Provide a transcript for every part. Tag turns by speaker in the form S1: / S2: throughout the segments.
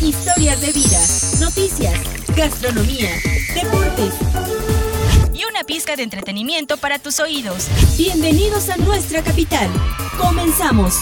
S1: historias de vida, noticias, gastronomía, deportes
S2: y una pizca de entretenimiento para tus oídos.
S1: Bienvenidos a nuestra capital. ¡Comenzamos!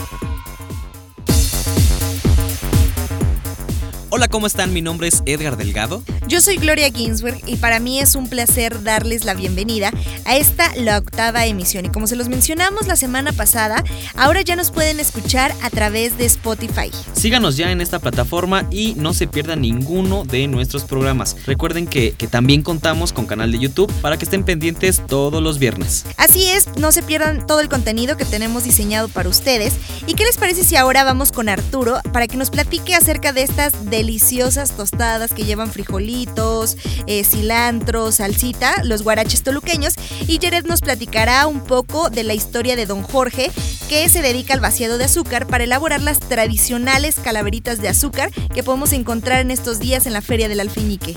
S3: Hola, ¿cómo están? Mi nombre es Edgar Delgado.
S4: Yo soy Gloria Ginsberg y para mí es un placer darles la bienvenida a la 8ª emisión. Y como se los mencionamos la semana pasada, ahora ya nos pueden escuchar a través de Spotify.
S3: Síganos ya en esta plataforma y no se pierdan ninguno de nuestros programas. Recuerden que también contamos con canal de YouTube para que estén pendientes todos los viernes.
S4: Así es, no se pierdan todo el contenido que tenemos diseñado para ustedes. ¿Y qué les parece si ahora vamos con Arturo para que nos platique acerca de estas deliciosas tostadas que llevan frijolitos, cilantro, salsita, los guaraches toluqueños? Y Jared nos platicará un poco de la historia de Don Jorge, que se dedica al vaciado de azúcar para elaborar las tradicionales calaveritas de azúcar que podemos encontrar en estos días en la Feria del Alfeñique.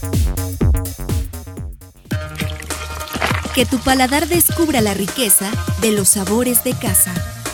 S1: Que tu paladar descubra la riqueza de los sabores de casa.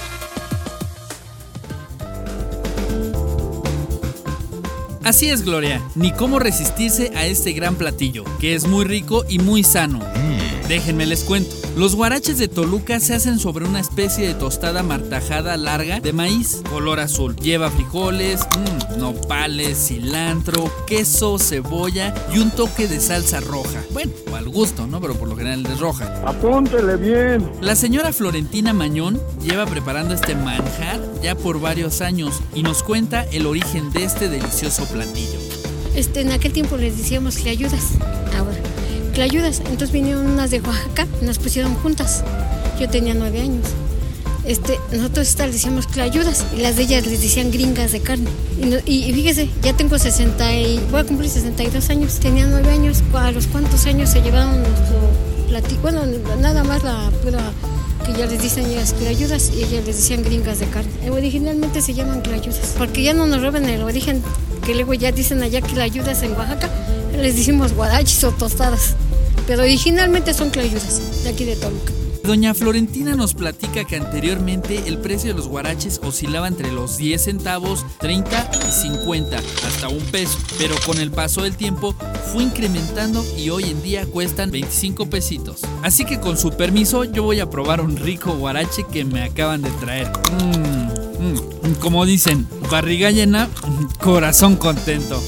S5: Así es, Gloria, ni cómo resistirse a este gran platillo, que es muy rico y muy sano. Déjenme les cuento. Los guaraches de Toluca se hacen sobre una especie de tostada martajada larga de maíz, color azul. Lleva frijoles, nopales, cilantro, queso, cebolla y un toque de salsa roja. Bueno, o al gusto, ¿no? Pero por lo general es roja.
S6: ¡Apúntele bien!
S5: La señora Florentina Mañón lleva preparando este manjar ya por varios años y nos cuenta el origen de este delicioso platillo.
S7: En aquel tiempo les decíamos clayudas, ahora clayudas, entonces vinieron unas de Oaxaca, nos pusieron juntas, yo tenía 9 años, nosotros estas les decíamos clayudas y las de ellas les decían gringas de carne, y fíjese, ya tengo voy a cumplir 62 años, tenía 9 años, ¿a los cuántos años se llevaron nuestro platillo? Bueno, nada más la pura que ya les dicen ellas clayudas y ellas les decían gringas de carne. Originalmente se llaman clayudas, porque ya no nos roben el origen, que luego ya dicen allá clayudas en Oaxaca, les decimos guaraches o tostadas, pero originalmente son clayudas de aquí de Toluca.
S5: Doña Florentina nos platica que anteriormente el precio de los guaraches oscilaba entre los 10 centavos, 30 y 50, hasta $1, pero con el paso del tiempo fue incrementando y hoy en día cuestan 25 pesitos. Así que con su permiso yo voy a probar un rico guarache que me acaban de traer. Como dicen, barriga llena, corazón contento.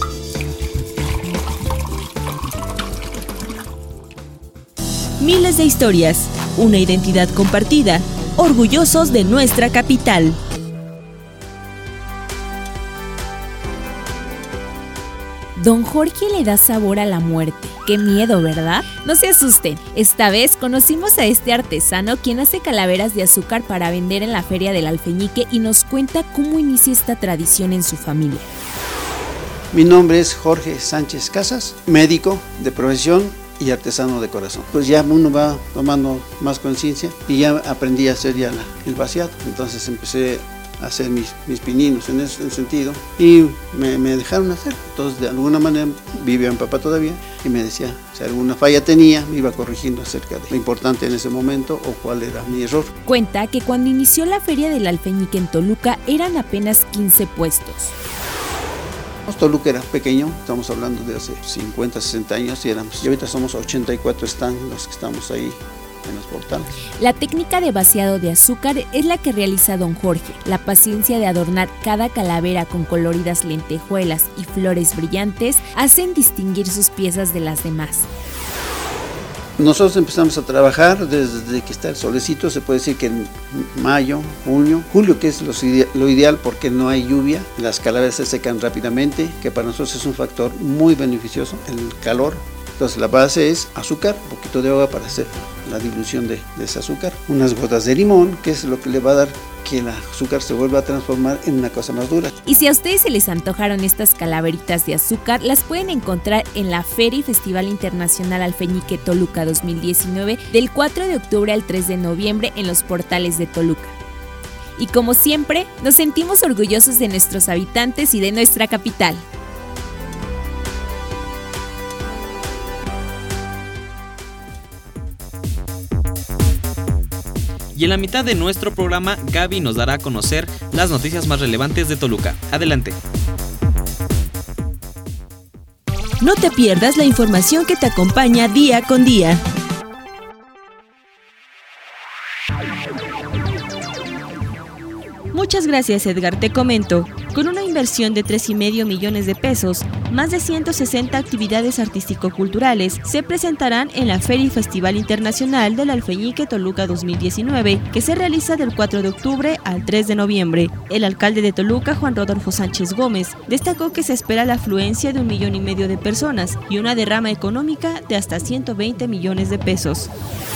S1: Miles de historias, una identidad compartida, orgullosos de nuestra capital. Don Jorge le da sabor a la muerte. ¡Qué miedo!, ¿verdad? No se asusten, esta vez conocimos a este artesano quien hace calaveras de azúcar para vender en la Feria del Alfeñique y nos cuenta cómo inicia esta tradición en su familia.
S8: Mi nombre es Jorge Sánchez Casas, médico de profesión y artesano de corazón. Pues ya uno va tomando más conciencia y ya aprendí a hacer ya el vaciado. Entonces empecé a hacer mis pininos en ese sentido y me dejaron hacer. Entonces de alguna manera vivía mi papá todavía y me decía si alguna falla tenía, me iba corrigiendo acerca de lo importante en ese momento o cuál era mi error.
S1: Cuenta que cuando inició la Feria del Alfeñique en Toluca eran apenas 15 puestos.
S8: Toluca era pequeño, estamos hablando de hace 50, 60 años y ahorita somos 84 stands los que estamos ahí en los portales.
S1: La técnica de vaciado de azúcar es la que realiza Don Jorge. La paciencia de adornar cada calavera con coloridas lentejuelas y flores brillantes hacen distinguir sus piezas de las demás.
S8: Nosotros empezamos a trabajar desde que está el solecito, se puede decir que en mayo, junio, julio, que es lo ideal porque no hay lluvia, las calaveras se secan rápidamente, que para nosotros es un factor muy beneficioso, el calor. Entonces la base es azúcar, un poquito de agua para hacer la dilución de ese azúcar, unas gotas de limón, que es lo que le va a dar que el azúcar se vuelva a transformar en una cosa más dura.
S1: Y si a ustedes se les antojaron estas calaveritas de azúcar, las pueden encontrar en la Feria y Festival Internacional Alfeñique Toluca 2019 del 4 de octubre al 3 de noviembre en los portales de Toluca. Y como siempre, nos sentimos orgullosos de nuestros habitantes y de nuestra capital.
S3: Y en la mitad de nuestro programa, Gaby nos dará a conocer las noticias más relevantes de Toluca. Adelante.
S1: No te pierdas la información que te acompaña día con día. Muchas gracias, Edgar. Te comento, con una inversión de 3,5 millones de pesos, más de 160 actividades artístico-culturales se presentarán en la Feria y Festival Internacional del Alfeñique Toluca 2019, que se realiza del 4 de octubre al 3 de noviembre. El alcalde de Toluca, Juan Rodolfo Sánchez Gómez, destacó que se espera la afluencia de 1,5 millones de personas y una derrama económica de hasta 120 millones de pesos.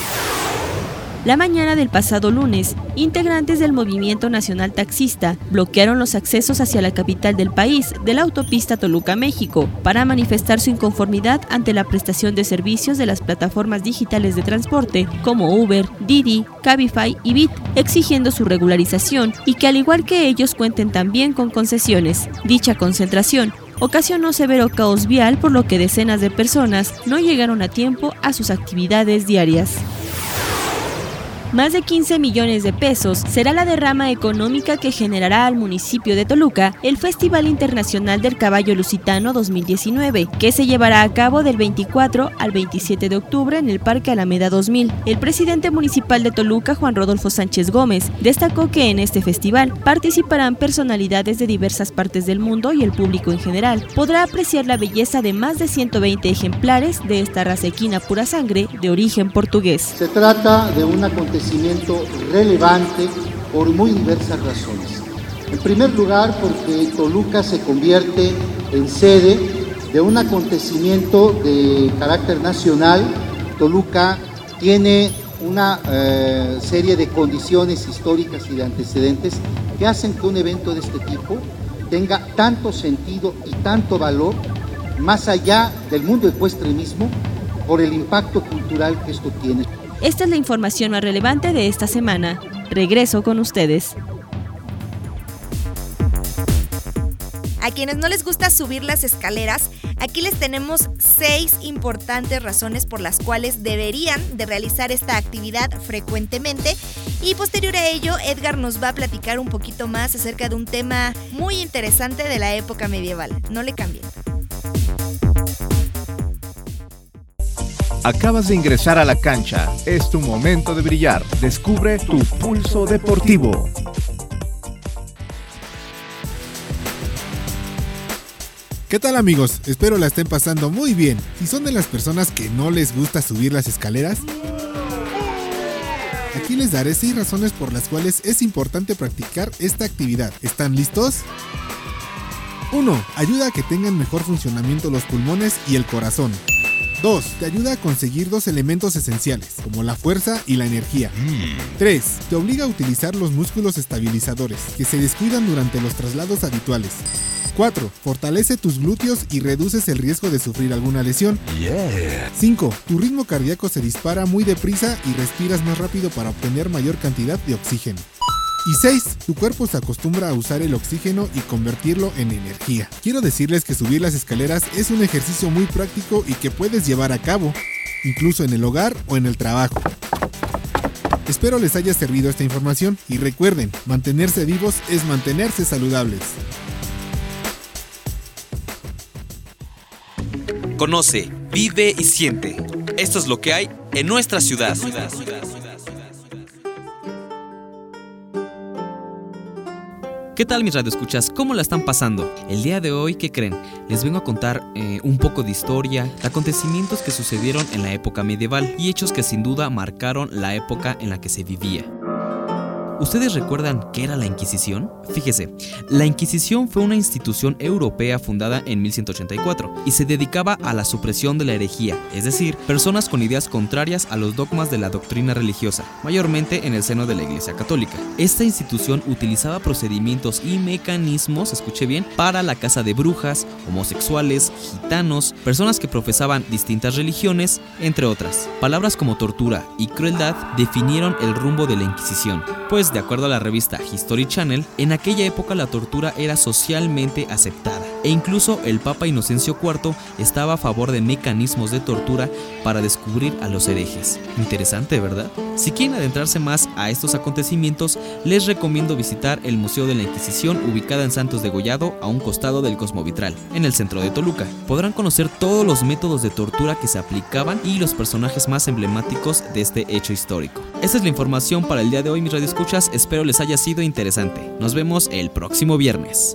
S1: La mañana del pasado lunes, integrantes del Movimiento Nacional Taxista bloquearon los accesos hacia la capital del país de la autopista Toluca-México para manifestar su inconformidad ante la prestación de servicios de las plataformas digitales de transporte como Uber, Didi, Cabify y Bit, exigiendo su regularización y que al igual que ellos cuenten también con concesiones. Dicha concentración ocasionó severo caos vial, por lo que decenas de personas no llegaron a tiempo a sus actividades diarias. Más de 15 millones de pesos será la derrama económica que generará al municipio de Toluca el Festival Internacional del Caballo Lusitano 2019, que se llevará a cabo del 24 al 27 de octubre en el Parque Alameda 2000. El presidente municipal de Toluca, Juan Rodolfo Sánchez Gómez, destacó que en este festival participarán personalidades de diversas partes del mundo y el público en general podrá apreciar la belleza de más de 120 ejemplares de esta raza equina pura sangre de origen portugués.
S6: Se trata de un acontecimiento relevante por muy diversas razones. En primer lugar, porque Toluca se convierte en sede de un acontecimiento de carácter nacional. Toluca tiene una serie de condiciones históricas y de antecedentes que hacen que un evento de este tipo tenga tanto sentido y tanto valor, más allá del mundo ecuestre mismo, por el impacto cultural que esto tiene.
S1: Esta es la información más relevante de esta semana. Regreso con ustedes.
S4: A quienes no les gusta subir las escaleras, aquí les tenemos 6 importantes razones por las cuales deberían de realizar esta actividad frecuentemente. Y posterior a ello, Edgar nos va a platicar un poquito más acerca de un tema muy interesante de la época medieval. No le cambien.
S9: Acabas de ingresar a la cancha. Es tu momento de brillar. Descubre tu pulso deportivo.
S10: ¿Qué tal, amigos? Espero la estén pasando muy bien. Si son de las personas que no les gusta subir las escaleras, aquí les daré 6 razones por las cuales es importante practicar esta actividad. ¿Están listos? 1. Ayuda a que tengan mejor funcionamiento los pulmones y el corazón. 2. Te ayuda a conseguir 2 elementos esenciales, como la fuerza y la energía. 3. Te obliga a utilizar los músculos estabilizadores, que se descuidan durante los traslados habituales. 4. Fortalece tus glúteos y reduces el riesgo de sufrir alguna lesión. 5. Tu ritmo cardíaco se dispara muy deprisa y respiras más rápido para obtener mayor cantidad de oxígeno. Y 6. Tu cuerpo se acostumbra a usar el oxígeno y convertirlo en energía. Quiero decirles que subir las escaleras es un ejercicio muy práctico y que puedes llevar a cabo, incluso en el hogar o en el trabajo. Espero les haya servido esta información y recuerden, mantenerse vivos es mantenerse saludables.
S3: Conoce, vive y siente. Esto es lo que hay en nuestra ciudad. ¿Qué tal, mis radioescuchas? ¿Cómo la están pasando? El día de hoy, ¿qué creen? Les vengo a contar un poco de historia, de acontecimientos que sucedieron en la época medieval y hechos que sin duda marcaron la época en la que se vivía. ¿Ustedes recuerdan qué era la Inquisición? Fíjese, la Inquisición fue una institución europea fundada en 1184 y se dedicaba a la supresión de la herejía, es decir, personas con ideas contrarias a los dogmas de la doctrina religiosa, mayormente en el seno de la Iglesia Católica. Esta institución utilizaba procedimientos y mecanismos, escuche bien, para la caza de brujas, homosexuales, gitanos, personas que profesaban distintas religiones, entre otras. Palabras como tortura y crueldad definieron el rumbo de la Inquisición, pues de acuerdo a la revista History Channel, en aquella época la tortura era socialmente aceptada. e incluso el Papa Inocencio IV estaba a favor de mecanismos de tortura para descubrir a los herejes. Interesante, ¿verdad? Si quieren adentrarse más a estos acontecimientos, les recomiendo visitar el Museo de la Inquisición ubicado en Santos de Gollado, a un costado del Cosmovitral, en el centro de Toluca. Podrán conocer todos los métodos de tortura que se aplicaban y los personajes más emblemáticos de este hecho histórico. Esta es la información para el día de hoy, mis radioescuchas. Espero les haya sido interesante. Nos vemos el próximo viernes.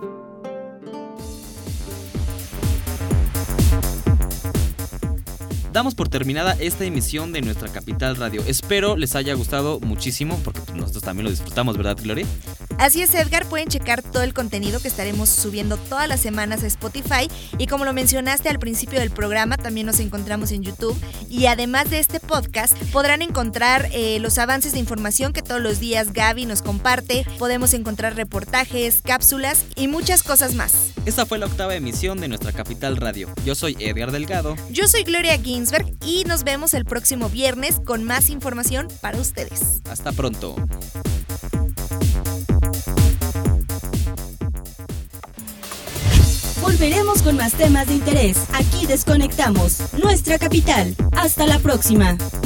S3: Damos por terminada esta emisión de nuestra Capital Radio. Espero les haya gustado muchísimo, porque nosotros también lo disfrutamos, ¿verdad, Gloria?
S4: Así es, Edgar, pueden checar todo el contenido que estaremos subiendo todas las semanas a Spotify, y como lo mencionaste al principio del programa, también nos encontramos en YouTube, y además de este podcast podrán encontrar los avances de información que todos los días Gaby nos comparte. Podemos encontrar reportajes, cápsulas y muchas cosas más.
S3: Esta fue la 8ª emisión de nuestra Capital Radio. Yo soy Edgar Delgado.
S4: Yo soy Gloria Ginsberg y nos vemos el próximo viernes con más información para ustedes.
S3: Hasta pronto.
S2: Volveremos con más temas de interés. Aquí desconectamos nuestra capital. Hasta la próxima.